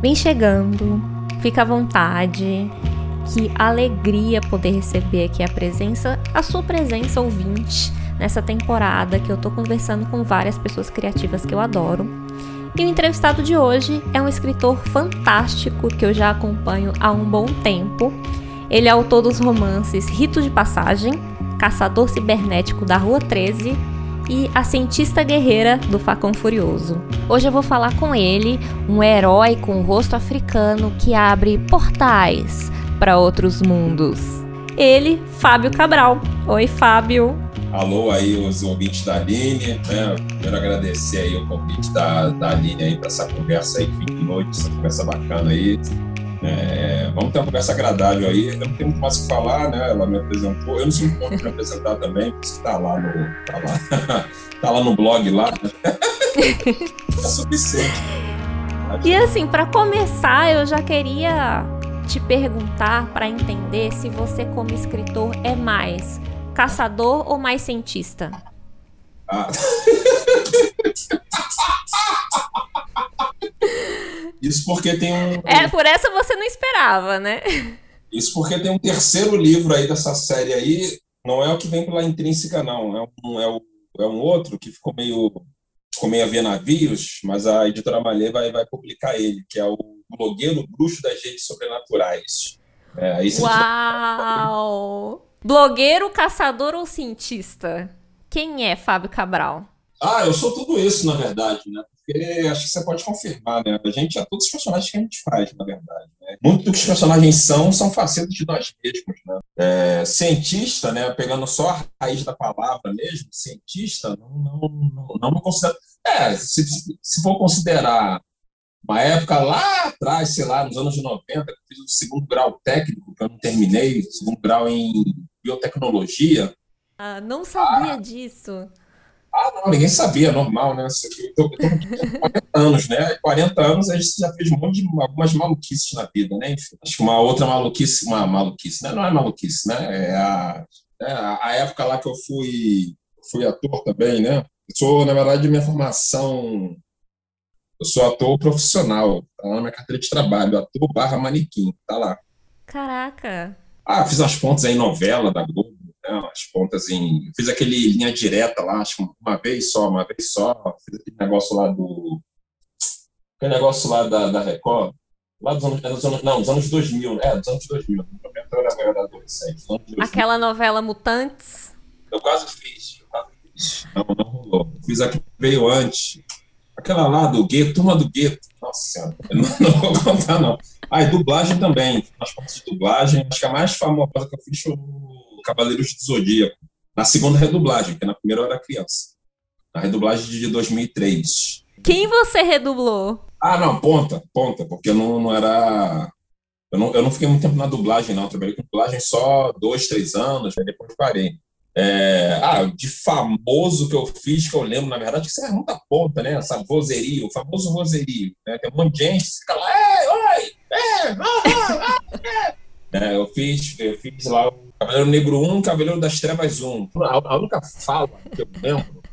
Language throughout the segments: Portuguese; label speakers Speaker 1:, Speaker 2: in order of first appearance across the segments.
Speaker 1: Vem chegando, fica à vontade. Que alegria poder receber aqui a sua presença ouvinte, nessa temporada que eu tô conversando com várias pessoas criativas que eu adoro. E o entrevistado de hoje é um escritor fantástico que eu já acompanho há um bom tempo. Ele é autor dos romances Rito de Passagem, Caçador Cibernético da Rua 13 e A Cientista Guerreira do Facão Furioso. Hoje eu vou falar com ele, um herói com rosto africano que abre portais para outros mundos. Ele, Fábio Cabral. Oi, Fábio.
Speaker 2: Alô aí, os ouvintes da Aline, né? Quero agradecer aí o convite da Aline aí para essa conversa aí, fim de noite, essa conversa bacana aí. Vamos ter uma conversa agradável aí. Eu não tenho muito mais o que falar, né? Ela me apresentou. Eu não sou muito bom de me apresentar também, porque está lá no blog lá. É suficiente.
Speaker 1: E assim, para começar, eu já queria te perguntar para entender se você, como escritor, é mais caçador ou mais cientista?
Speaker 2: Isso porque tem
Speaker 1: por essa você não esperava, né?
Speaker 2: Isso porque tem um terceiro livro aí dessa série aí, não é o que vem pela Intrínseca, não. É um outro que ficou meio a ver navios, mas a editora Malê vai publicar ele, que é o Blogueiro Bruxo das Redes Sobrenaturais.
Speaker 1: Uau! Blogueiro, caçador ou cientista? Quem é Fábio Cabral?
Speaker 2: Eu sou tudo isso, na verdade, né? Porque acho que você pode confirmar, né? A gente é todos os personagens que a gente faz, na verdade, né? Muito do que os personagens são facetas de nós mesmos, né? Cientista, né? Pegando só a raiz da palavra mesmo, cientista, não me considero... Se for considerar uma época lá atrás, sei lá, nos anos 90, que eu fiz o segundo grau técnico, que eu não terminei, segundo grau em biotecnologia.
Speaker 1: Não sabia disso.
Speaker 2: Não, ninguém sabia, normal, né? Eu tô com 40 anos, né? 40 anos a gente já fez algumas maluquices na vida, né? Enfim, acho que uma outra maluquice, né? Não é maluquice, né? A época lá que eu fui ator também, né? Na verdade, minha formação, eu sou ator profissional, tá lá na minha carteira de trabalho, ator / manequim, tá lá.
Speaker 1: Caraca!
Speaker 2: Fiz as pontas aí em novela da Globo, né, as pontas fiz aquele linha direta lá, acho que uma vez só, fiz aquele negócio lá da Record, lá dos anos 2000, dos anos 2000, no momento eu era adolescente, dos anos 2000.
Speaker 1: Aquela novela Mutantes?
Speaker 2: Eu quase fiz, não rolou, fiz a que veio antes, aquela lá do Gueto, Turma do Gueto, nossa senhora, eu não vou contar não. E dublagem também, nas pontas de dublagem, acho que a mais famosa que eu fiz foi o Cavaleiros do Zodíaco, na segunda redublagem, porque na primeira eu era criança. Na redublagem de 2003.
Speaker 1: Quem você redublou?
Speaker 2: Não, ponta, porque eu não era... Eu não fiquei muito tempo na dublagem, não. Eu trabalhei com dublagem só 2, 3 anos, aí depois parei. De famoso que eu fiz, que eu lembro, na verdade, que isso é muita ponta, né? Essa vozerio, o famoso vozerio, né? Tem um monte de gente que fica lá, eu fiz lá o Cavaleiro Negro 1, Cavaleiro das Trevas 1. A única fala que eu lembro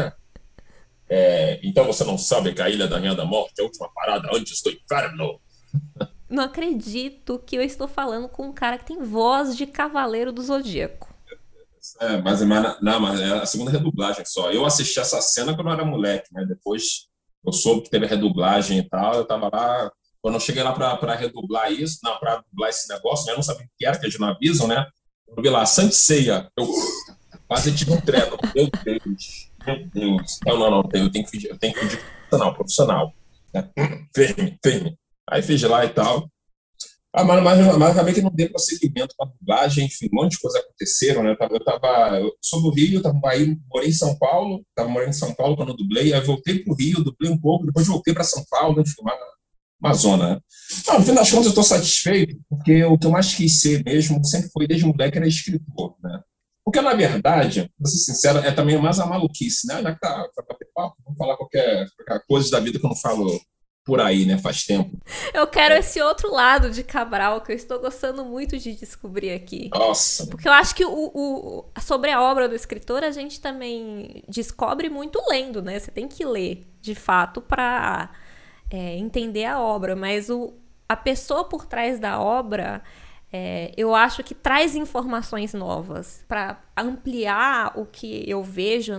Speaker 2: então você não sabe que a Ilha da Rainha da Morte é a última parada antes do inferno?
Speaker 1: Não acredito que eu estou falando com um cara que tem voz de Cavaleiro do Zodíaco.
Speaker 2: Mas é a segunda redublagem só. Eu assisti essa cena quando eu era moleque, né? Depois eu soube que teve a redublagem e tal, eu tava lá. Quando eu cheguei lá para redublar isso, para dublar esse negócio, eu não sabia o que era, que eles não avisam, né? Eu vi lá, Santa Ceia. Eu quase tive um treco. Meu Deus. Não. Eu tenho que pedir profissional. Firme. Aí fiz lá e tal. Mas acabei que não dei prosseguimento para a dublagem, enfim, um monte de coisas aconteceram, né? Eu sou do Rio, morei em São Paulo, estava morando em São Paulo quando eu dublei, aí voltei para o Rio, dublei um pouco, depois voltei para São Paulo, enfim, uma zona, né? No fim das contas, eu estou satisfeito, porque o que eu mais quis ser mesmo, sempre foi, desde moleque, era escritor, né? Porque, na verdade, pra ser sincero, é também mais a maluquice, né? Já que tá para bater papo, vamos falar qualquer coisa da vida que eu não falo por aí, né? Faz tempo.
Speaker 1: Eu quero esse outro lado de Cabral, que eu estou gostando muito de descobrir aqui.
Speaker 2: Nossa!
Speaker 1: Porque eu acho que sobre a obra do escritor, a gente também descobre muito lendo, né? Você tem que ler, de fato, para entender a obra, mas a pessoa por trás da obra, eu acho que traz informações novas para ampliar o que eu vejo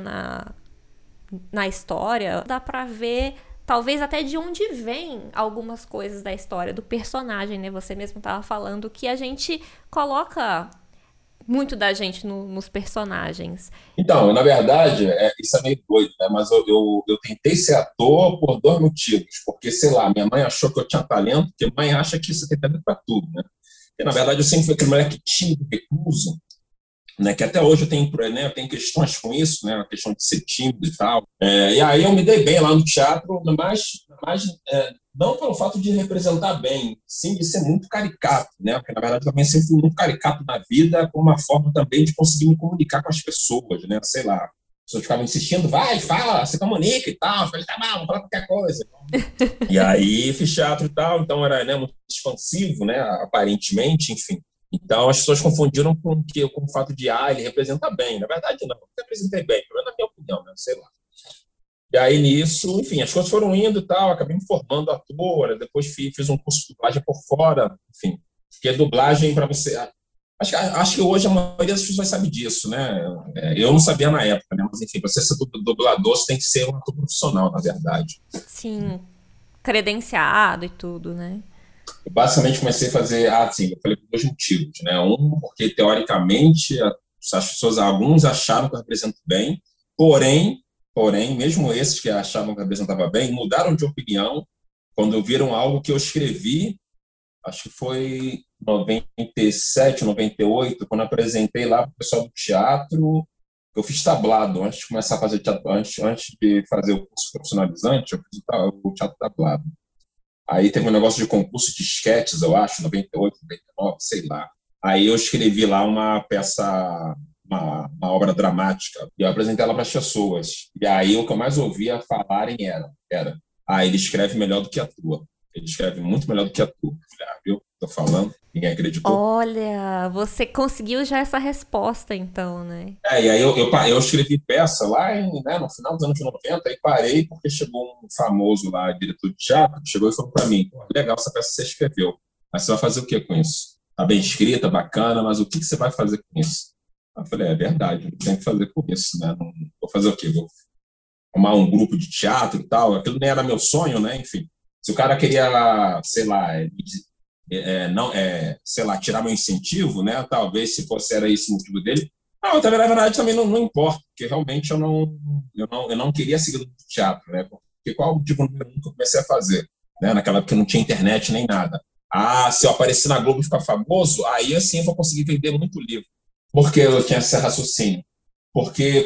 Speaker 1: na história. Dá para ver talvez até de onde vem algumas coisas da história do personagem, né? Você mesmo estava falando que a gente coloca muito da gente nos personagens.
Speaker 2: Então, na verdade, isso é meio doido, né? Mas eu tentei ser ator por dois motivos. Porque, sei lá, minha mãe achou que eu tinha talento, porque mãe acha que você tem talento para tudo, né? E, na verdade, eu sempre fui aquele moleque tímido, recluso, né, que até hoje eu tenho questões com isso, né, a questão de ser tímido e tal. E aí eu me dei bem lá no teatro, mas não pelo fato de representar bem, sim de ser muito caricato, né, porque na verdade eu também sempre fui muito caricato na vida, como uma forma também de conseguir me comunicar com as pessoas, né, sei lá. As pessoas ficavam insistindo, vai, fala, se comunica e tal. Eu falei, tá bom, vou falar qualquer coisa. E aí fiz teatro e tal, então era, né, muito expansivo, né, aparentemente, enfim. Então, as pessoas confundiram com o fato de, ele representa bem. Na verdade, não, eu representei bem, pelo menos na minha opinião, né? Sei lá. E aí, nisso, enfim, as coisas foram indo e tal, acabei me formando ator, depois fiz um curso de dublagem por fora, enfim. Porque dublagem, para você... Acho que hoje a maioria das pessoas sabe disso, né? Eu não sabia na época, né? Mas, enfim, para você ser dublador, você tem que ser um ator profissional, na verdade.
Speaker 1: Sim, credenciado e tudo, né?
Speaker 2: Eu basicamente comecei a fazer, sim, eu falei por dois motivos, né? Um, porque teoricamente as pessoas, alguns acharam que eu represento bem, porém, mesmo esses que achavam que eu representava bem, mudaram de opinião quando viram algo que eu escrevi, acho que foi 97, 98, quando apresentei lá para o pessoal do teatro. Eu fiz tablado antes de começar a fazer teatro, antes de fazer o curso profissionalizante, eu fiz o teatro tablado. Aí teve um negócio de concurso de esquetes, eu acho, 98, 99, sei lá. Aí eu escrevi lá uma peça, uma obra dramática, e eu apresentei ela para as pessoas. E aí o que eu mais ouvia falarem era, ele escreve melhor do que atua. Ele escreve muito melhor do que atua. Viu? Tô falando, ninguém acreditou.
Speaker 1: Olha, você conseguiu já essa resposta, então, né?
Speaker 2: E aí eu escrevi peça lá no final dos anos 90, aí parei porque chegou um famoso lá, diretor de teatro, que chegou e falou para mim, legal essa peça que você escreveu, mas você vai fazer o que com isso? Tá bem escrita, bacana, mas o que você vai fazer com isso? Eu falei, é verdade, não tem o que fazer com isso, né? Não, vou fazer o quê? Vou arrumar um grupo de teatro e tal, aquilo nem era meu sonho, né? Enfim, se o cara queria, sei lá, não, sei lá, tirar meu incentivo, né? Talvez se fosse era esse o motivo dele. Não, na verdade também não importa, porque realmente eu não queria seguir no teatro, né? Porque qual o motivo número um que eu comecei a fazer, né? Naquela época não tinha internet nem nada. Se eu aparecer na Globo e ficar famoso, aí assim eu vou conseguir vender muito livro. Por que eu tinha esse raciocínio? Porque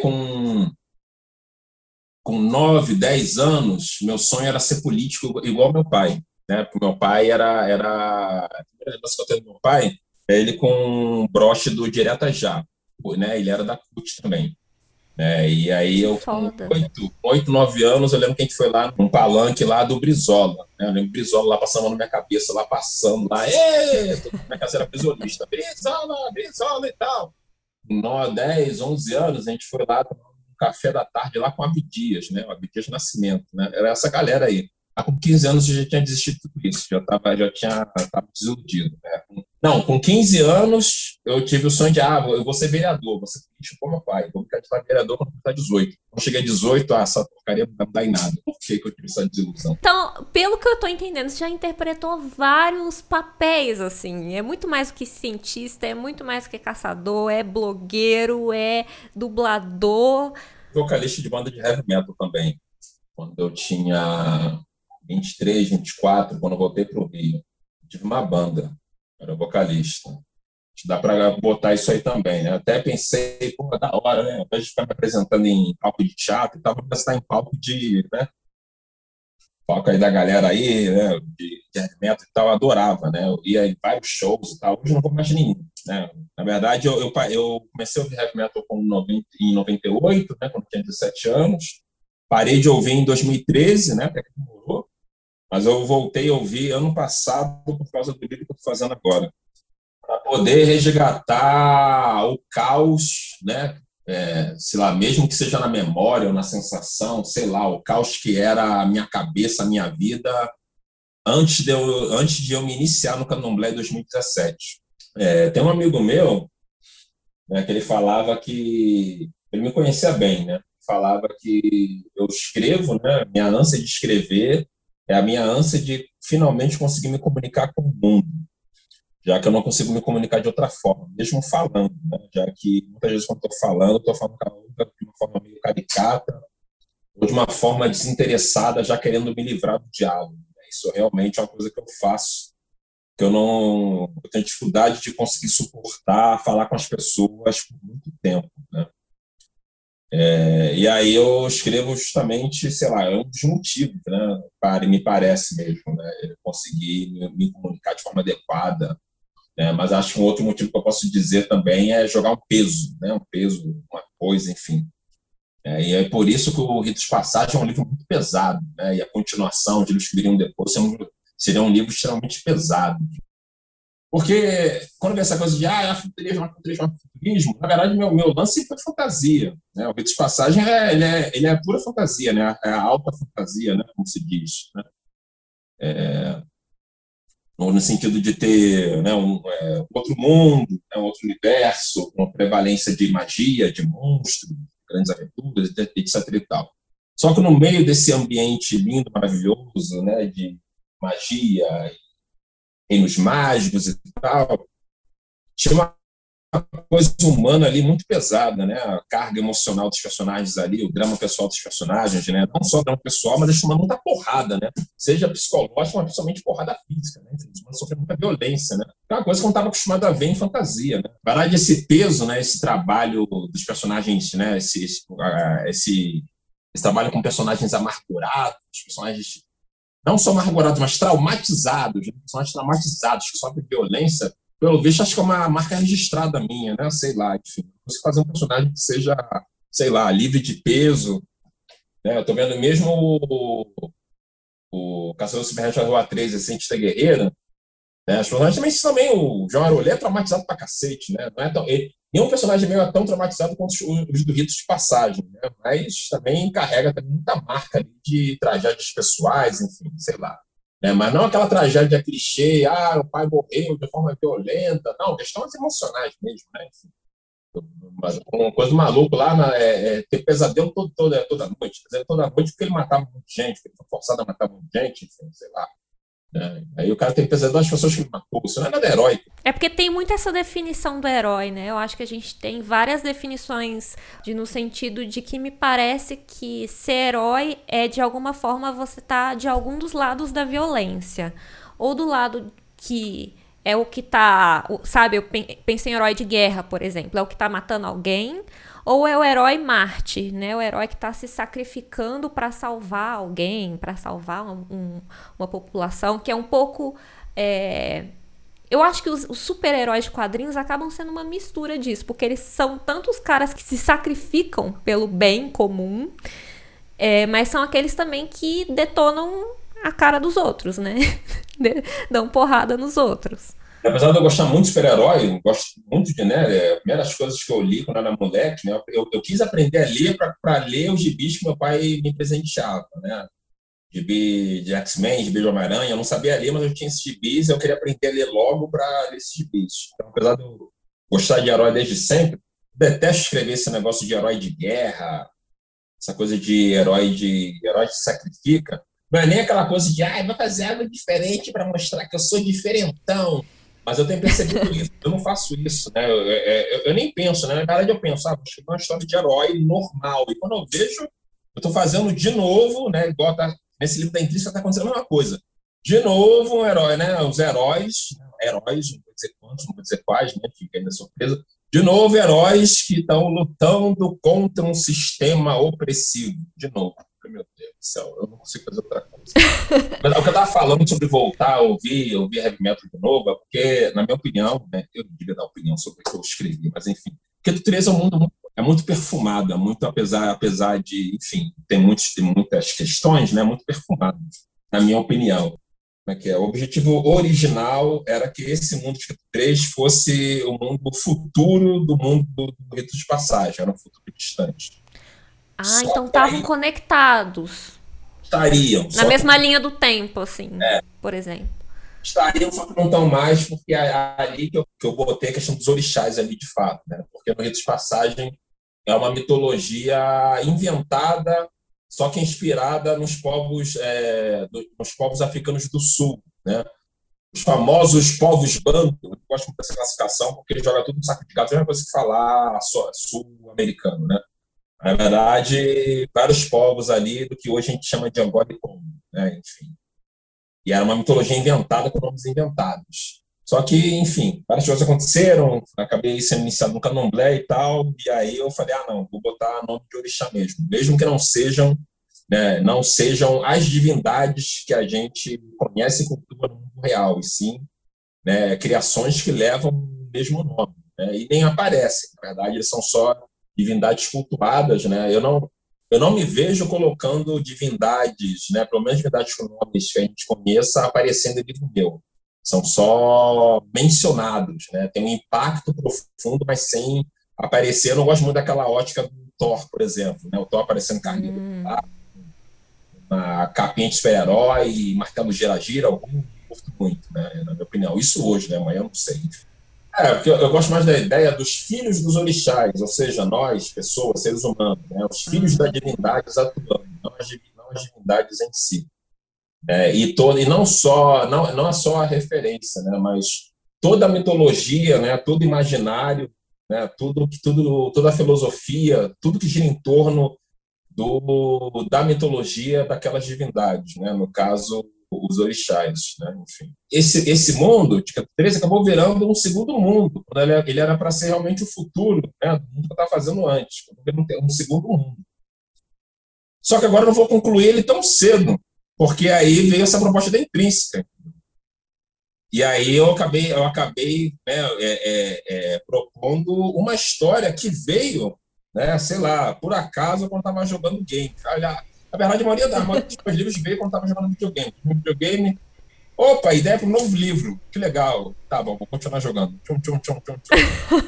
Speaker 2: com 9, 10 anos, meu sonho era ser político igual meu pai, né? Porque meu pai era a primeira lembrança que eu tenho do meu pai, ele com um broche do Direta Já, né? Ele era da CUT também. E aí
Speaker 1: Que
Speaker 2: eu com
Speaker 1: foda.
Speaker 2: 8, 9 anos, eu lembro que a gente foi lá num palanque lá do Brizola, né? Eu lembro Brizola lá passando na minha cabeça, lá passando, lá, minha casa era brisolista, Brizola, Brizola e tal. Com 10, 11 anos, a gente foi lá tomar um café da tarde lá com o Abdias, né? O Abdias Nascimento, né? Era essa galera aí. Com 15 anos eu já tinha desistido de tudo isso, tava desiludido, né? Não, com 15 anos eu tive o sonho de, eu vou ser vereador, vou ser político como meu pai, vou me candidatar a vereador quando eu 18. Quando cheguei a 18, essa porcaria não vai dar em nada. Por que eu tive essa desilusão?
Speaker 1: Então, pelo que eu tô entendendo, você já interpretou vários papéis, assim. É muito mais do que cientista, é muito mais do que caçador, é blogueiro, é dublador.
Speaker 2: Vocalista de banda de heavy metal também. Quando eu tinha 23, 24, quando eu voltei para o Rio, tive uma banda, era vocalista. Dá para botar isso aí também, né? Até pensei, pô, da hora, né? Ao invés de ficar me apresentando em palco de teatro e tal, vou estar em palco né? Palco aí da galera aí, né? De heavy metal e tal, eu adorava, né? Eu ia em vários shows e tal, hoje eu não vou mais nenhum, né? Na verdade, eu comecei a ouvir heavy metal em 98, né? Quando eu tinha 17 anos. Parei de ouvir em 2013, né? Até que demorou. Mas eu voltei a ouvir ano passado por causa do livro que eu estou fazendo agora. Para poder resgatar o caos, né? Sei lá, mesmo que seja na memória ou na sensação, sei lá, o caos que era a minha cabeça, a minha vida, antes de eu me iniciar no candomblé em 2017. Tem um amigo meu, né, que ele falava que ele me conhecia bem, né? Falava que eu escrevo, né? Minha ânsia de escrever é a minha ânsia de finalmente conseguir me comunicar com o mundo, já que eu não consigo me comunicar de outra forma, mesmo falando, né? Já que muitas vezes quando estou falando com a outra de uma forma meio caricata ou de uma forma desinteressada, já querendo me livrar do diálogo. Né? Isso realmente é uma coisa que eu faço, que eu tenho dificuldade de conseguir suportar falar com as pessoas por muito tempo, né? E aí eu escrevo justamente, sei lá, é um dos motivos, né? Me parece mesmo, né? Eu conseguir me comunicar de forma adequada, né? Mas acho que um outro motivo que eu posso dizer também é jogar um peso, né? Um peso, uma coisa, enfim. E é por isso que o Rito de Passagem é um livro muito pesado, né? E a continuação, de livros que viriam depois, seria um livro extremamente pesado. Porque quando vem essa coisa de afuturismo, na verdade, meu lance foi fantasia. Né? O Rito de Passagem ele é pura fantasia, né? É a alta fantasia, né? Como se diz. Né? No sentido de ter, né, outro mundo, né, um outro universo, uma prevalência de magia, de monstros, grandes aventuras, etc. E tal. Só que no meio desse ambiente lindo, maravilhoso, né, de magia, reinos mágicos e tal, tinha uma coisa humana ali muito pesada, né? A carga emocional dos personagens ali, o drama pessoal dos personagens, né? Não só o drama pessoal, mas eles tomando muita porrada, né? Seja psicológica, mas principalmente porrada física, né? Eles sofrem muita violência, né? É uma coisa que eu não estava acostumado a ver em fantasia, né? Na verdade, esse peso, né? Esse trabalho dos personagens, né? Esse trabalho com personagens amargurados, personagens não só amargurados, mas traumatizados, né? Personagens traumatizados que sofrem violência. Pelo visto, acho que é uma marca registrada minha, né? Sei lá, enfim. Você fazer um personagem que seja, sei lá, livre de peso, né? Eu tô vendo mesmo o Caçador Superhéroe da Rua 3, a Cientista Guerreira, né? Os personagens também o João Arolé é traumatizado pra cacete, né? Não é tão, nenhum personagem meu é tão traumatizado quanto os do Ritos de Passagem, né? Mas também carrega também muita marca de tragédias pessoais, enfim, sei lá. Mas não aquela tragédia clichê, o pai morreu de forma violenta, não, questões emocionais mesmo, né? Mas uma coisa do maluco lá ter pesadelo toda noite, pesadelo toda noite porque ele matava muita gente, porque ele foi forçado a matar muita gente, enfim, sei lá. Aí o cara tem pesadelo das pessoas que ele matou, isso não é nada heróico.
Speaker 1: É porque tem muito essa definição do herói, né? Eu acho que a gente tem várias definições no sentido de que me parece que ser herói é, de alguma forma, você tá de algum dos lados da violência. Ou do lado que é o que tá... Sabe, eu penso em herói de guerra, por exemplo. É o que tá matando alguém. Ou é o herói mártir, né? O herói que tá se sacrificando para salvar alguém, para salvar uma população, que é um pouco... Eu acho que os super-heróis de quadrinhos acabam sendo uma mistura disso, porque eles são tantos caras que se sacrificam pelo bem comum, mas são aqueles também que detonam a cara dos outros, né? Dão porrada nos outros.
Speaker 2: Apesar de eu gostar muito de super-herói, gosto muito de, né, primeiras coisas que eu li quando era moleque, né, eu quis aprender a ler para ler os gibis que meu pai me presenteava, né? Gibi de X-Men, gibi de Homem-Aranha, eu não sabia ler, mas eu tinha esses gibis e eu queria aprender a ler logo para ler esses gibis. Então, apesar de eu gostar de herói desde sempre, detesto escrever esse negócio de herói de guerra, essa coisa de herói que se sacrifica. Não é nem aquela coisa de, vou fazer algo diferente para mostrar que eu sou diferentão. Mas eu tenho percebido isso, eu não faço isso, né? Eu nem penso, né? Na verdade, eu penso, vou escrever uma história de herói normal. E quando eu vejo, eu estou fazendo de novo, né? Igual nesse livro da Intrínseca está acontecendo a mesma coisa. De novo, um herói, né? Os heróis, não vou dizer quantos, não vou dizer quais, né? Fica ainda surpresa. De novo, heróis que estão lutando contra um sistema opressivo. De novo. Meu Deus do céu, eu não consigo fazer outra coisa. Mas o que eu estava falando sobre voltar a ouvir heavy metal de novo, é porque, na minha opinião, né, eu não devia dar opinião sobre o que eu escrevi, mas enfim, porque Tutores é um mundo muito perfumado, muito, apesar de, enfim, tem muitas questões, né, muito perfumado, na minha opinião. O objetivo original era que esse mundo de Tutores fosse o mundo futuro do mundo do Rito de Passagem, era um futuro distante.
Speaker 1: Então estavam conectados.
Speaker 2: Estariam.
Speaker 1: Na mesma linha do tempo, assim. por exemplo?
Speaker 2: Estariam, só que não estão mais, porque é ali que eu botei a questão dos orixás ali, de fato, né? Porque no Rito de Passagem é uma mitologia inventada, só que inspirada nos povos africanos do sul, né? Os famosos povos banto. Eu gosto muito dessa classificação, porque ele joga tudo no saco de gato, é a mesma coisa que falar sul-americano, né? Na verdade, vários povos ali do que hoje a gente chama de Angola e Congo, né? Enfim. E era uma mitologia inventada com nomes inventados. Só que, enfim, várias coisas aconteceram, acabei sendo iniciado no candomblé e tal, e aí eu falei, não, vou botar nome de orixá mesmo que não sejam, né, não sejam as divindades que a gente conhece e cultua no mundo real, e sim, né, criações que levam o mesmo nome, né, e nem aparecem, na verdade, eles são só divindades cultuadas, né, eu não me vejo colocando divindades, né, pelo menos divindades com nomes que a gente conheça, aparecendo em livro meu. São só mencionados, né? Tem um impacto profundo, mas sem aparecer. Eu não gosto muito daquela ótica do Thor, por exemplo, né? O Thor aparecendo carneiro, uma capinha de super-herói, martelo gira-gira, eu não curto muito, né? Na minha opinião. Isso hoje, né? Amanhã eu não sei. Porque eu gosto mais da ideia dos filhos dos orixás, ou seja, nós, pessoas, seres humanos, né? Os filhos das divindades atuando, não as divindades em si. E não é só a referência, né? Mas toda a mitologia, né? Todo imaginário, né? Toda a filosofia, tudo que gira em torno da mitologia daquelas divindades, né? No caso, os orixás, né? Enfim. Esse mundo de 13 acabou virando um segundo mundo, quando ele era para ser realmente o futuro, né? Do mundo que eu estava fazendo antes, um segundo mundo. Só que agora eu não vou concluir ele tão cedo, porque aí veio essa proposta da Intrínseca. E aí eu acabei né, propondo uma história que veio, né, sei lá, por acaso, quando estava jogando game. Na verdade, a maioria dos meus livros veio quando estava jogando videogame. Opa, ideia para um novo livro. Que legal. Tá bom, vou continuar jogando. Tchum, tchum, tchum, tchum, tchum.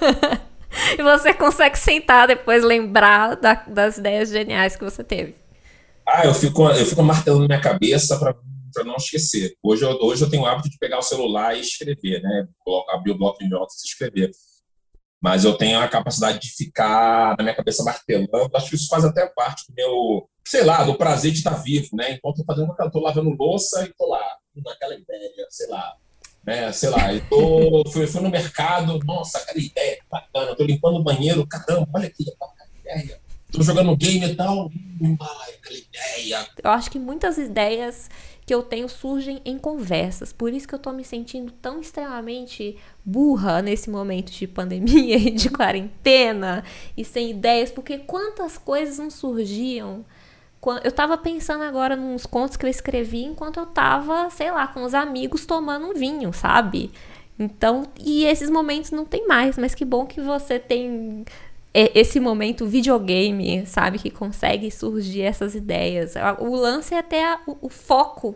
Speaker 1: E você consegue sentar depois, lembrar das ideias geniais que você teve.
Speaker 2: Eu fico martelando na minha cabeça para não esquecer. Hoje eu tenho o hábito de pegar o celular e escrever, né? Abrir o bloco de notas e escrever. Mas eu tenho a capacidade de ficar na minha cabeça martelando. Acho que isso faz até parte do meu, sei lá, do prazer de estar vivo, né? Enquanto estou lavando louça e estou lá, naquela ideia, sei lá. Né? Sei lá, fui no mercado, nossa, aquela ideia que bacana. Estou limpando o banheiro, caramba, olha aqui, aquela ideia. Estou jogando game e tal, aquela ideia.
Speaker 1: Eu acho que muitas ideias que eu tenho surgem em conversas. Por isso que eu tô me sentindo tão extremamente burra nesse momento de pandemia e de quarentena e sem ideias, porque quantas coisas não surgiam. Eu tava pensando agora nos contos que eu escrevi enquanto eu tava, sei lá, com os amigos tomando um vinho, sabe? Então, e esses momentos não tem mais, mas que bom que você tem esse momento videogame, sabe? Que consegue surgir essas ideias. O lance é ter o foco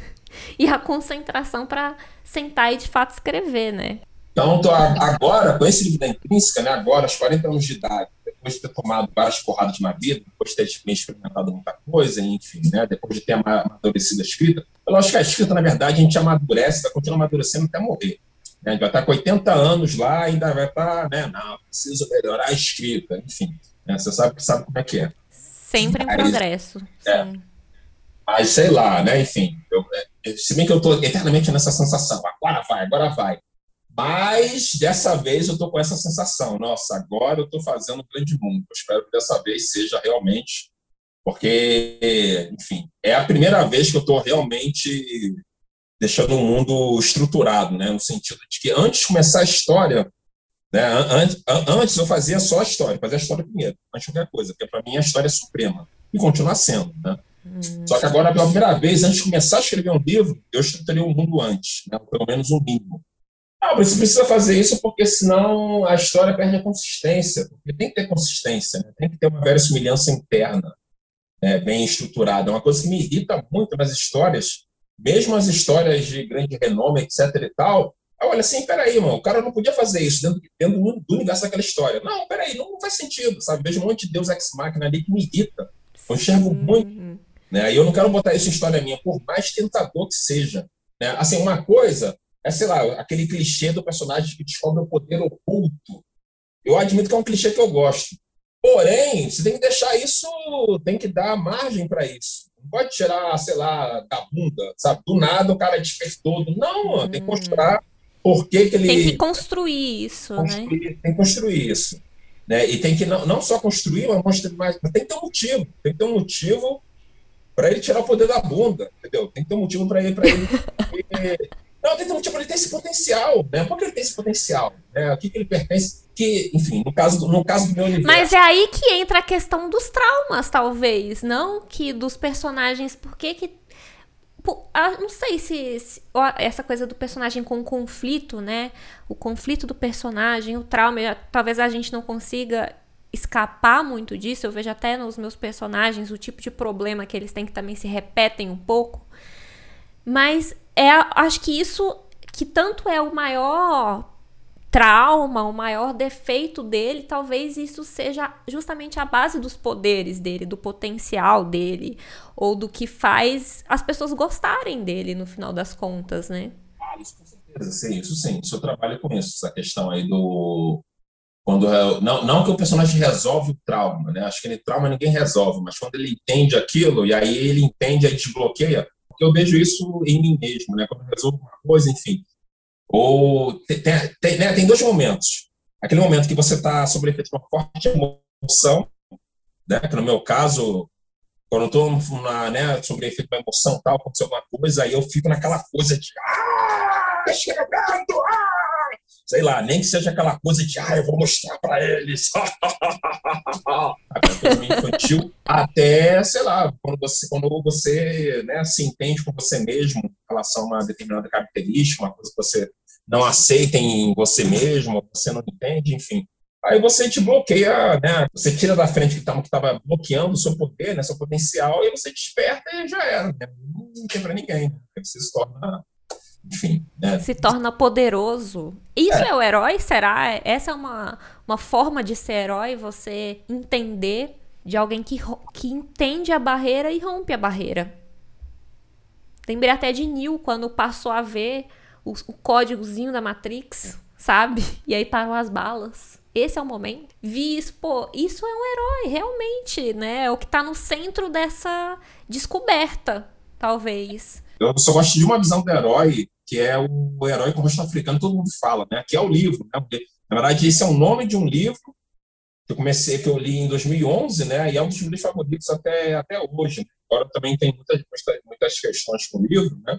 Speaker 1: e a concentração para sentar e de fato escrever, né?
Speaker 2: Então, agora, com esse livro da Intrínseca, né, agora, aos 40 anos de idade, depois de ter tomado várias porradas na vida, depois de ter experimentado muita coisa, enfim, né, depois de ter amadurecido a escrita, eu acho que a escrita, na verdade, a gente amadurece, vai continuar amadurecendo até morrer. Né? A gente vai estar com 80 anos lá, ainda vai estar, né, não, preciso melhorar a escrita, enfim. Né, você sabe como é que é.
Speaker 1: Sempre em progresso.
Speaker 2: É,
Speaker 1: Sim.
Speaker 2: mas sei lá, né, enfim, se bem que eu estou eternamente nessa sensação, agora vai. Mas dessa vez eu estou com essa sensação, nossa, agora eu estou fazendo um grande mundo. Eu espero que dessa vez seja realmente, porque, enfim, é a primeira vez que eu estou realmente deixando o mundo estruturado, né? No sentido de que antes de começar a história, né? Antes eu fazia só a história, fazia a história primeiro, antes de qualquer coisa, porque para mim a história é suprema e continua sendo, né? Só que agora, pela primeira vez, antes de começar a escrever um livro, eu estruturei o mundo antes, né? Pelo menos um mínimo. Você precisa fazer isso porque senão a história perde a consistência. Porque tem que ter consistência, né? Tem que ter uma verossimilhança interna, né? Bem estruturada. É uma coisa que me irrita muito nas histórias, mesmo as histórias de grande renome, etc. e tal. Olha assim, peraí, mano, o cara não podia fazer isso dentro do universo daquela história. Não, peraí, não faz sentido, sabe? Vejo um monte de Deus Ex Machina ali que me irrita. Eu enxergo muito, né? E eu não quero botar isso em história minha, por mais tentador que seja. né? Assim, uma coisa é, sei lá, aquele clichê do personagem que descobre o poder oculto. Eu admito que é um clichê que eu gosto. Porém, você tem que deixar isso, tem que dar margem para isso. Não pode tirar, sei lá, da bunda, sabe? Do nada o cara despertou. Não, tem que mostrar por que que
Speaker 1: Tem que
Speaker 2: ele
Speaker 1: construir isso, né?
Speaker 2: tem que construir isso. Né? E tem que não só construir, mas mostrar mais. Mas tem que ter um motivo. Tem que ter um motivo para ele tirar o poder da bunda, entendeu? Tem que ter um motivo para ele. Não, tem que ter um motivo para ele ter esse potencial, né? Por que ele tem esse potencial? Né? O que ele pertence? Que, enfim, no caso do meu
Speaker 1: Mas
Speaker 2: universo.
Speaker 1: é aí que entra a questão dos traumas, talvez, não que dos personagens. Por que não sei se essa coisa do personagem com conflito, né? O conflito do personagem, o trauma, talvez a gente não consiga escapar muito disso. Eu vejo até nos meus personagens o tipo de problema que eles têm que também se repetem um pouco. Mas acho que isso que tanto é o maior trauma, o maior defeito dele, talvez isso seja justamente a base dos poderes dele, do potencial dele, ou do que faz as pessoas gostarem dele no final das contas, né?
Speaker 2: Ah, isso com certeza, sim, isso sim. Isso eu trabalho com isso, essa questão aí do. Não que o personagem resolve o trauma, né? Acho que ele trauma ninguém resolve, mas quando ele entende aquilo, e aí ele entende, aí desbloqueia, porque eu vejo isso em mim mesmo, né? Quando eu resolvo uma coisa, enfim. Ou né, tem dois momentos. Aquele momento que você está sob efeito de uma forte emoção, né? Que no meu caso, quando eu estou né, sob efeito de uma emoção, tal, aconteceu alguma coisa, aí eu fico naquela coisa de chegando, sei lá, nem que seja aquela coisa de eu vou mostrar para eles. Aquela coisa meio infantil, até, sei lá, quando você né, se entende com você mesmo em relação a uma determinada característica, uma coisa que você não aceita em você mesmo, você não entende, enfim. Aí você te bloqueia, né? Você tira da frente que estava bloqueando o seu poder, né, seu potencial, e você desperta e já era. Né? Não tem para ninguém. Né? Você se torna, enfim, né?
Speaker 1: Se torna poderoso. Isso
Speaker 2: É,
Speaker 1: é o herói? Será? Essa é uma forma de ser herói? Você entender de alguém que entende a barreira e rompe a barreira. Lembrei até de Neo, quando passou a ver o códigozinho da Matrix, sabe? E aí parou as balas. Esse é o momento. Vi isso, pô, isso é um herói, realmente, né? É o que tá no centro dessa descoberta, talvez.
Speaker 2: eu só gosto de uma visão do herói, que é o herói com o rosto africano, todo mundo fala, né? Que é o livro, né? Porque, na verdade, esse é o nome de um livro que eu li em 2011, né? E é um dos meus favoritos até hoje. Né? Agora também tem muitas questões com o livro, né?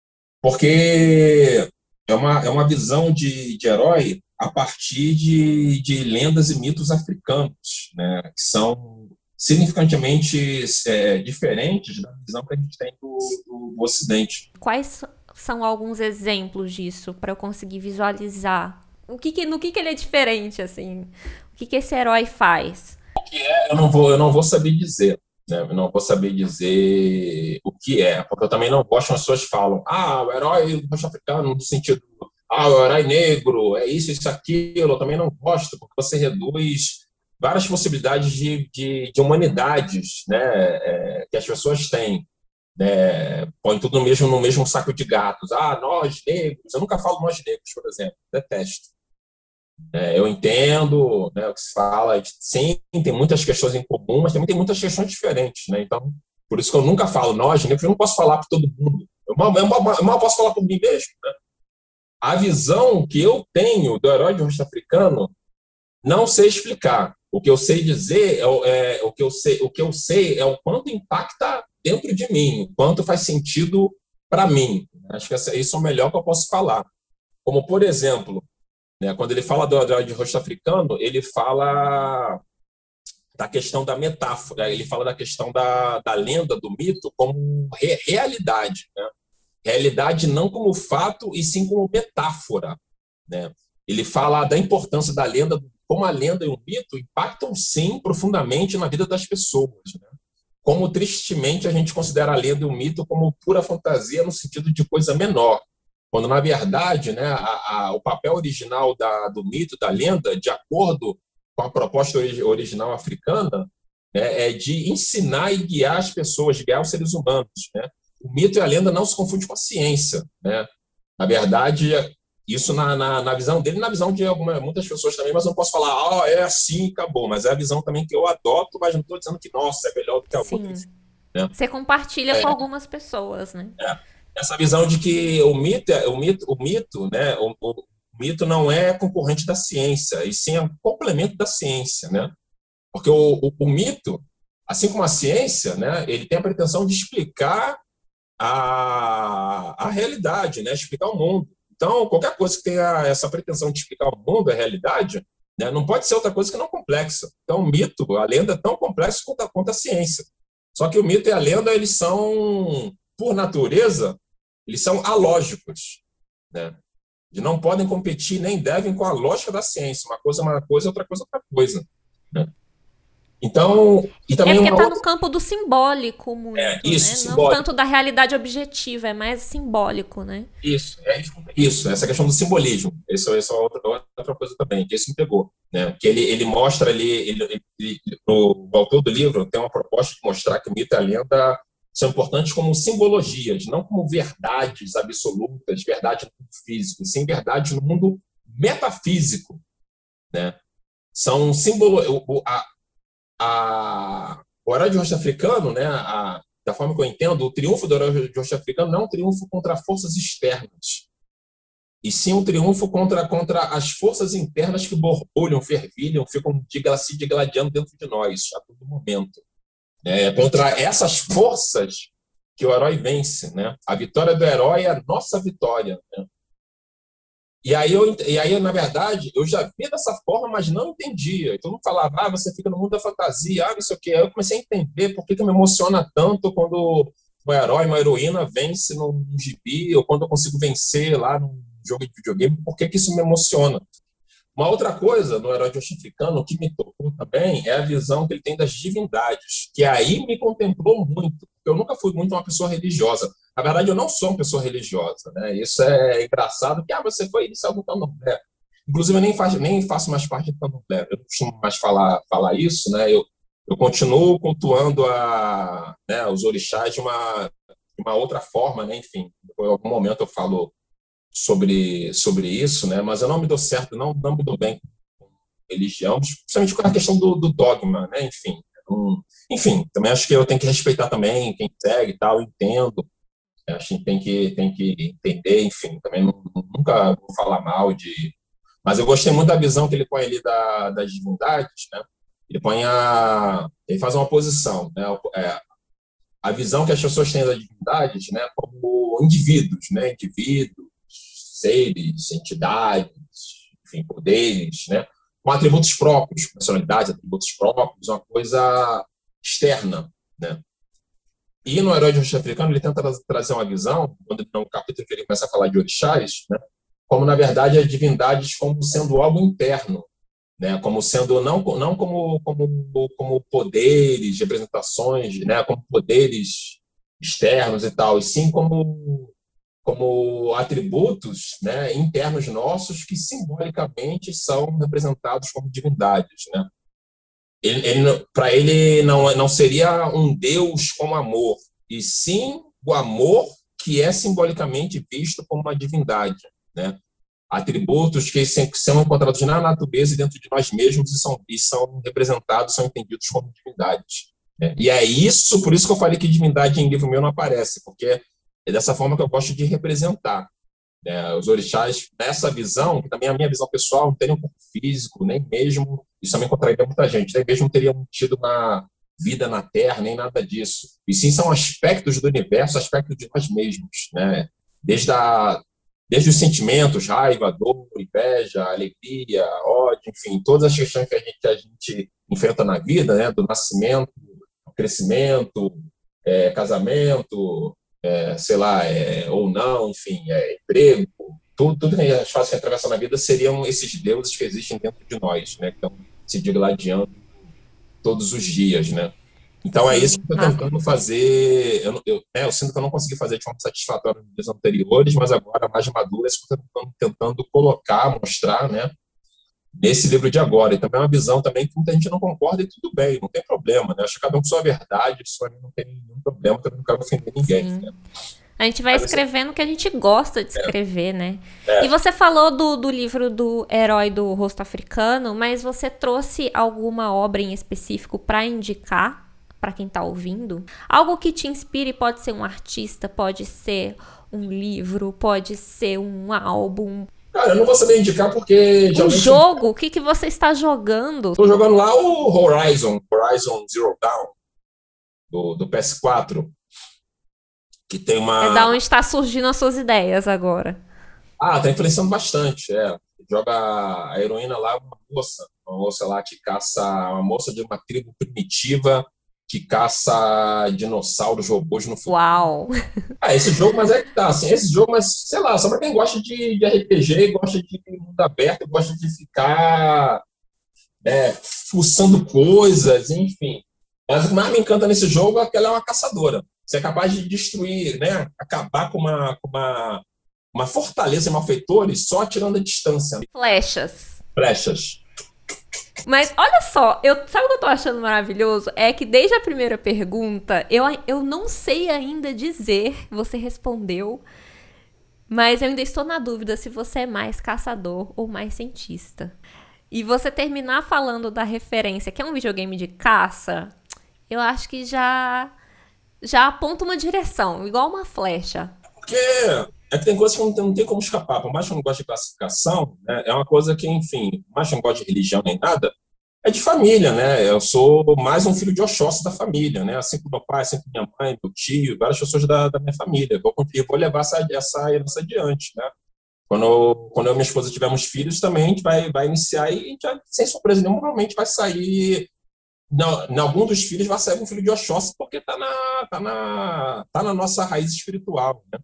Speaker 2: Porque é uma visão de herói a partir de lendas e mitos africanos, né? Que são significantemente diferentes da visão que a gente tem do Ocidente.
Speaker 1: Quais são alguns exemplos disso para eu conseguir visualizar? No que ele é diferente, assim? O que esse herói faz?
Speaker 2: Eu não vou saber dizer, né? Eu não vou saber dizer o que é, porque eu também não gosto quando as pessoas falam, o herói do rosto africano, no sentido, o herói negro, é isso, aquilo. Eu também não gosto, porque você reduz várias possibilidades de humanidades, né? Que as pessoas têm. Né? Põe tudo no mesmo saco de gatos. Nós negros. Eu nunca falo nós negros, por exemplo. Detesto. Eu entendo, né, o que se fala, sim, tem muitas questões em comum, mas também tem muitas questões diferentes, né? Então, por isso que eu nunca falo nós, né, porque eu não posso falar para todo mundo. Eu mal posso falar por mim mesmo. Né? A visão que eu tenho do herói de rosto africano, não sei explicar. O que eu sei dizer o que eu sei é o quanto impacta dentro de mim, o quanto faz sentido para mim. Acho que isso é o melhor que eu posso falar. Como, por exemplo, né? Quando ele fala do herói de rosto africano, ele fala da questão da metáfora, ele fala da questão da lenda, do mito, como realidade. Né? Realidade não como fato, e sim como metáfora. Né? Ele fala da importância da lenda, como a lenda e o mito impactam, sim, profundamente na vida das pessoas. Né? Como, tristemente, a gente considera a lenda e o mito como pura fantasia no sentido de coisa menor. Quando, na verdade, né, o papel original do mito, da lenda, de acordo com a proposta original africana, né, é de ensinar e guiar as pessoas, guiar os seres humanos. Né? o mito e a lenda não se confundem com a ciência, né? Na verdade, isso na visão dele, na visão de muitas pessoas também, mas eu não posso falar, é assim, acabou. Mas é a visão também que eu adoto, mas não estou dizendo que, nossa, é melhor do que a outra,
Speaker 1: Sim.
Speaker 2: enfim, né?
Speaker 1: Você compartilha com algumas pessoas, né?
Speaker 2: É, essa visão de que o mito, né? O mito não é concorrente da ciência, e sim é um complemento da ciência, né? Porque o mito, assim como a ciência, né? Ele tem a pretensão de explicar a realidade, né? Explicar o mundo. Então, qualquer coisa que tenha essa pretensão de explicar o mundo, a realidade, né? Não pode ser outra coisa que não complexa. Então, o mito, a lenda é tão complexa quanto a ciência. Só que o mito e a lenda, eles são, por natureza, eles são alógicos, né? E não podem competir nem devem com a lógica da ciência. Uma coisa é uma coisa, outra coisa é outra coisa, né? Então, e
Speaker 1: É
Speaker 2: também
Speaker 1: porque
Speaker 2: uma
Speaker 1: tá no
Speaker 2: outra.
Speaker 1: campo do simbólico muito,
Speaker 2: Isso,
Speaker 1: né? Não
Speaker 2: simbólico.
Speaker 1: tanto da realidade objetiva, é mais simbólico, né?
Speaker 2: Isso, essa questão do simbolismo. Isso é outra coisa também, que isso me pegou, né? Que ele mostra ali, o autor do livro tem uma proposta de mostrar que o mito e a lenda são importantes como simbologias, não como verdades absolutas, verdade no mundo físico, sim verdade no mundo metafísico, né? São símbolos. O herói de rosto africano, né? Da forma que eu entendo, o triunfo do herói de rosto africano não é um triunfo contra forças externas, e sim um triunfo contra as forças internas que borbulham, fervilham, ficam se digladiando dentro de nós a todo momento. É contra essas forças que o herói vence, né? A vitória do herói é a nossa vitória, né? E aí, na verdade, eu já vi dessa forma, mas não entendia. Então, não falava, você fica no mundo da fantasia, não sei o quê. Aí eu comecei a entender por que me emociona tanto quando um herói, uma heroína vence num gibi, ou quando eu consigo vencer lá num jogo de videogame, por que isso me emociona. Uma outra coisa no herói africano que me tocou também é a visão que ele tem das divindades, que aí me contemplou muito. Eu nunca fui muito uma pessoa religiosa. Na verdade, eu não sou uma pessoa religiosa, né? Isso é engraçado, que você foi iniciado no candomblé. Inclusive, eu nem faço mais parte do candomblé. Eu não costumo mais falar isso, né? Eu continuo cultuando né, os orixás de uma outra forma, né? Enfim, em algum momento eu falo sobre isso, né? Mas eu não me dou certo, não me dou bem com religião, principalmente com a questão do dogma, né? Enfim, também acho que eu tenho que respeitar também quem segue e tal, entendo. Acho que tem que entender, enfim, também nunca vou falar mal de. Mas eu gostei muito da visão que ele põe ali das divindades, né? Ele faz uma posição, né? A visão que as pessoas têm das divindades, né? Como indivíduos, né? Indivíduos, seres, entidades, enfim, poderes, né? Com atributos próprios, personalidade, atributos próprios, uma coisa externa, né? E no Herói de Rosto Africano, ele tenta trazer uma visão, quando no capítulo que ele começa a falar de orixás, né? Como, na verdade, as divindades como sendo algo interno, né? Como sendo, não como poderes, representações, né? Como poderes externos e tal, e sim como atributos, né, internos nossos que simbolicamente são representados como divindades, né? Para ele não seria um Deus como amor, e sim o amor que é simbolicamente visto como uma divindade, né? Atributos que são encontrados na natureza e dentro de nós mesmos e são representados, são entendidos como divindades, né? E é isso, por isso que eu falei que divindade em livro meu não aparece, porque é dessa forma que eu gosto de representar, né? Os orixás, nessa visão, que também é a minha visão pessoal, não teriam um corpo físico, nem mesmo, isso também contraria muita gente, nem mesmo teriam tido uma vida na Terra, nem nada disso. E sim são aspectos do universo, aspectos de nós mesmos, né? Desde, desde os sentimentos, raiva, dor, inveja, alegria, ódio, enfim, todas as questões que a gente enfrenta na vida, né? Do nascimento, crescimento, casamento, sei lá, ou não, enfim, emprego, tudo que as fases que atravessam na vida seriam esses deuses que existem dentro de nós, né? Que estão se digladiando todos os dias, né? Então é isso
Speaker 1: Sim.
Speaker 2: que eu estou tentando fazer. Eu sinto que eu não consegui fazer de forma satisfatória nos dias anteriores, mas agora, mais madura, estou tentando colocar, mostrar, né? nesse livro de agora. E também é uma visão também que muita gente não concorda e tudo bem, não tem problema, né? Acho que cada um com sua verdade, isso aí não tem nenhum problema, porque eu não quero ofender ninguém,
Speaker 1: Sim.
Speaker 2: né?
Speaker 1: A gente vai
Speaker 2: Mas,
Speaker 1: escrevendo o que a gente gosta de escrever, né?
Speaker 2: É.
Speaker 1: E você falou do livro do Herói do Rosto Africano, mas você trouxe alguma obra em específico para indicar para quem tá ouvindo? Algo que te inspire, pode ser um artista, pode ser um livro, pode ser um álbum.
Speaker 2: Cara, eu não vou saber indicar porque...
Speaker 1: Um jogo? O que você está jogando?
Speaker 2: Estou jogando lá o Horizon Zero Dawn, do PS4, que tem uma...
Speaker 1: É da onde está surgindo as suas ideias agora.
Speaker 2: Ah, tá influenciando bastante, Joga a heroína lá, uma moça lá que caça, uma moça de uma tribo primitiva que caça dinossauros, robôs no futuro.
Speaker 1: Uau!
Speaker 2: Esse jogo, mas é que tá, assim, esse jogo, mas sei lá, só pra quem gosta de RPG, gosta de mundo aberto, gosta de ficar fuçando coisas, enfim. Mas o que mais me encanta nesse jogo é que ela é uma caçadora. Você é capaz de destruir, né? Acabar com uma fortaleza de malfeitores só atirando a distância. Flechas.
Speaker 1: Mas olha só, sabe o que eu tô achando maravilhoso? É que desde a primeira pergunta, eu não sei ainda dizer, você respondeu, mas eu ainda estou na dúvida se você é mais caçador ou mais cientista. E você terminar falando da referência, que é um videogame de caça, eu acho que já aponta uma direção, igual uma flecha.
Speaker 2: Porque é que tem coisas que não tem como escapar. Por mais que eu não goste de classificação, né, é uma coisa que, enfim, por mais que eu não goste de religião nem nada, é de família, né? Eu sou mais um filho de Oxóssi da família, né? Assim como meu pai, assim como minha mãe, meu tio, várias pessoas da minha família. Eu vou levar essa herança adiante, né? Quando eu e minha esposa tivermos filhos, também a gente vai iniciar e a gente, sem surpresa nenhuma, normalmente vai sair... Em algum dos filhos vai sair um filho de Oxóssi porque tá na nossa raiz espiritual, né?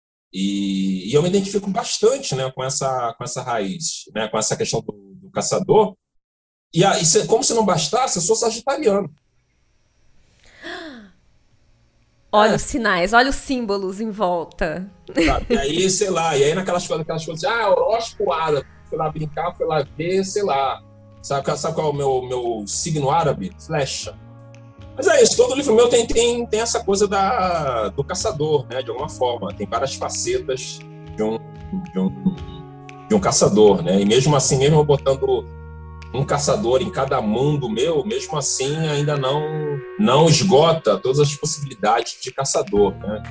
Speaker 2: E eu me identifico bastante, né, com essa raiz, né, com essa questão do caçador. E aí, como se não bastasse, eu sou sagitariano.
Speaker 1: Olha os sinais, olha os símbolos em volta.
Speaker 2: Sabe? E aí, sei lá, naquelas coisas, horóscopo árabe, fui lá brincar, fui lá ver, sei lá. Sabe qual é o meu signo árabe? Flecha. Mas é isso, todo livro meu tem essa coisa do caçador, né, de alguma forma. Tem várias facetas de um caçador, né? E mesmo assim, mesmo eu botando um caçador em cada mundo meu, mesmo assim ainda não esgota todas as possibilidades de caçador, né?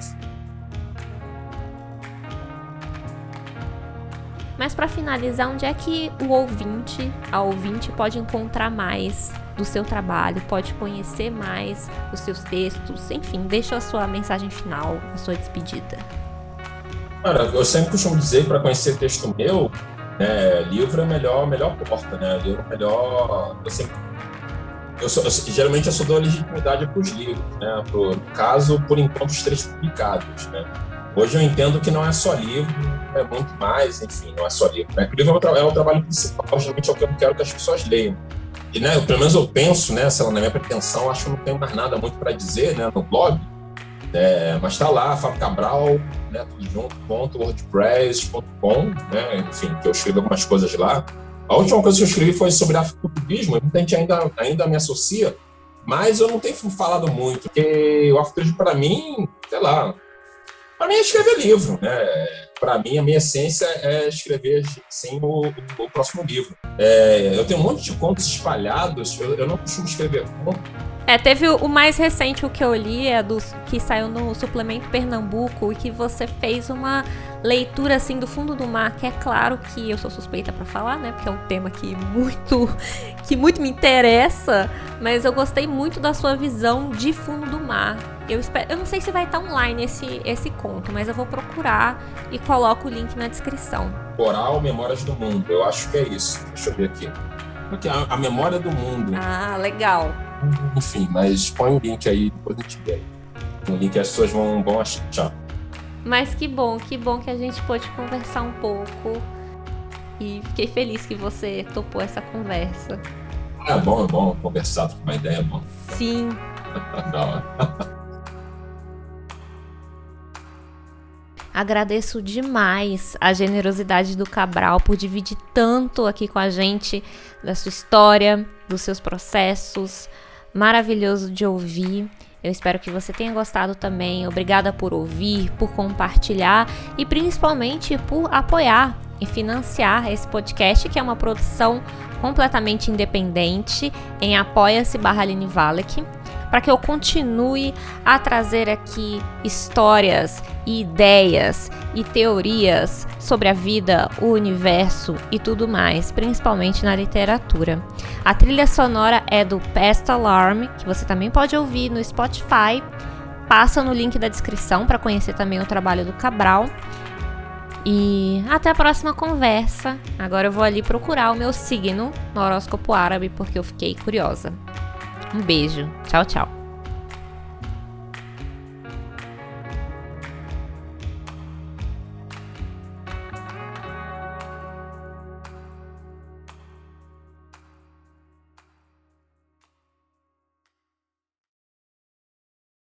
Speaker 1: Mas para finalizar, onde é que a ouvinte pode encontrar mais do seu trabalho, pode conhecer mais os seus textos, enfim, deixa a sua mensagem final, a sua despedida.
Speaker 2: Cara, eu sempre costumo dizer, para conhecer texto meu, né, livro é a melhor porta, né? Livro é melhor. Geralmente eu só dou legitimidade para os livros, né? No caso, por enquanto, os 3 publicados, né? Hoje eu entendo que não é só livro, é muito mais, enfim, não é só livro, né? O livro é o trabalho principal, geralmente é o que eu quero que as pessoas leiam. E, né, pelo menos eu penso, né, sei lá, na minha pretensão, acho que eu não tenho mais nada muito para dizer, né, no blog, mas está lá, Fábio Cabral, né, tudo junto, .wordpress.com, né, enfim, que eu escrevi algumas coisas lá. A última coisa que eu escrevi foi sobre afrofuturismo, muita gente ainda me associa, mas eu não tenho falado muito, porque o afrofuturismo, para mim, sei lá, para mim é escrever livro, né? Para mim, a minha essência é escrever, sim, o próximo livro. Eu tenho um monte de contos espalhados, eu não costumo escrever contos.
Speaker 1: Teve o mais recente, o que eu li, que saiu no Suplemento Pernambuco, e que você fez uma leitura, assim, do fundo do mar, que é claro que eu sou suspeita pra falar, né, porque é um tema que muito me interessa, mas eu gostei muito da sua visão de fundo do mar. Eu não sei se vai estar online esse conto, mas eu vou procurar e coloco o link na descrição.
Speaker 2: Coral Memórias do Mundo, eu acho que é isso. Deixa eu ver aqui. Porque a memória do mundo.
Speaker 1: Ah, legal.
Speaker 2: Enfim, mas põe o link aí, depois a gente vê aí. O link as pessoas vão achar.
Speaker 1: Mas que bom que a gente pôde conversar um pouco. E fiquei feliz que você topou essa conversa.
Speaker 2: É bom conversar, com uma ideia, é bom.
Speaker 1: Sim.
Speaker 2: Da hora.
Speaker 1: Agradeço demais a generosidade do Cabral por dividir tanto aqui com a gente da sua história, dos seus processos. Maravilhoso de ouvir. Eu espero que você tenha gostado também. Obrigada por ouvir, por compartilhar e principalmente por apoiar e financiar esse podcast, que é uma produção completamente independente em apoia-se/Aline Wallach, para que eu continue a trazer aqui histórias e ideias e teorias sobre a vida, o universo e tudo mais, principalmente na literatura. A trilha sonora é do Pest Alarm, que você também pode ouvir no Spotify. Passa no link da descrição para conhecer também o trabalho do Cabral. E até a próxima conversa. Agora eu vou ali procurar o meu signo no horóscopo árabe, porque eu fiquei curiosa. Um beijo. Tchau, tchau.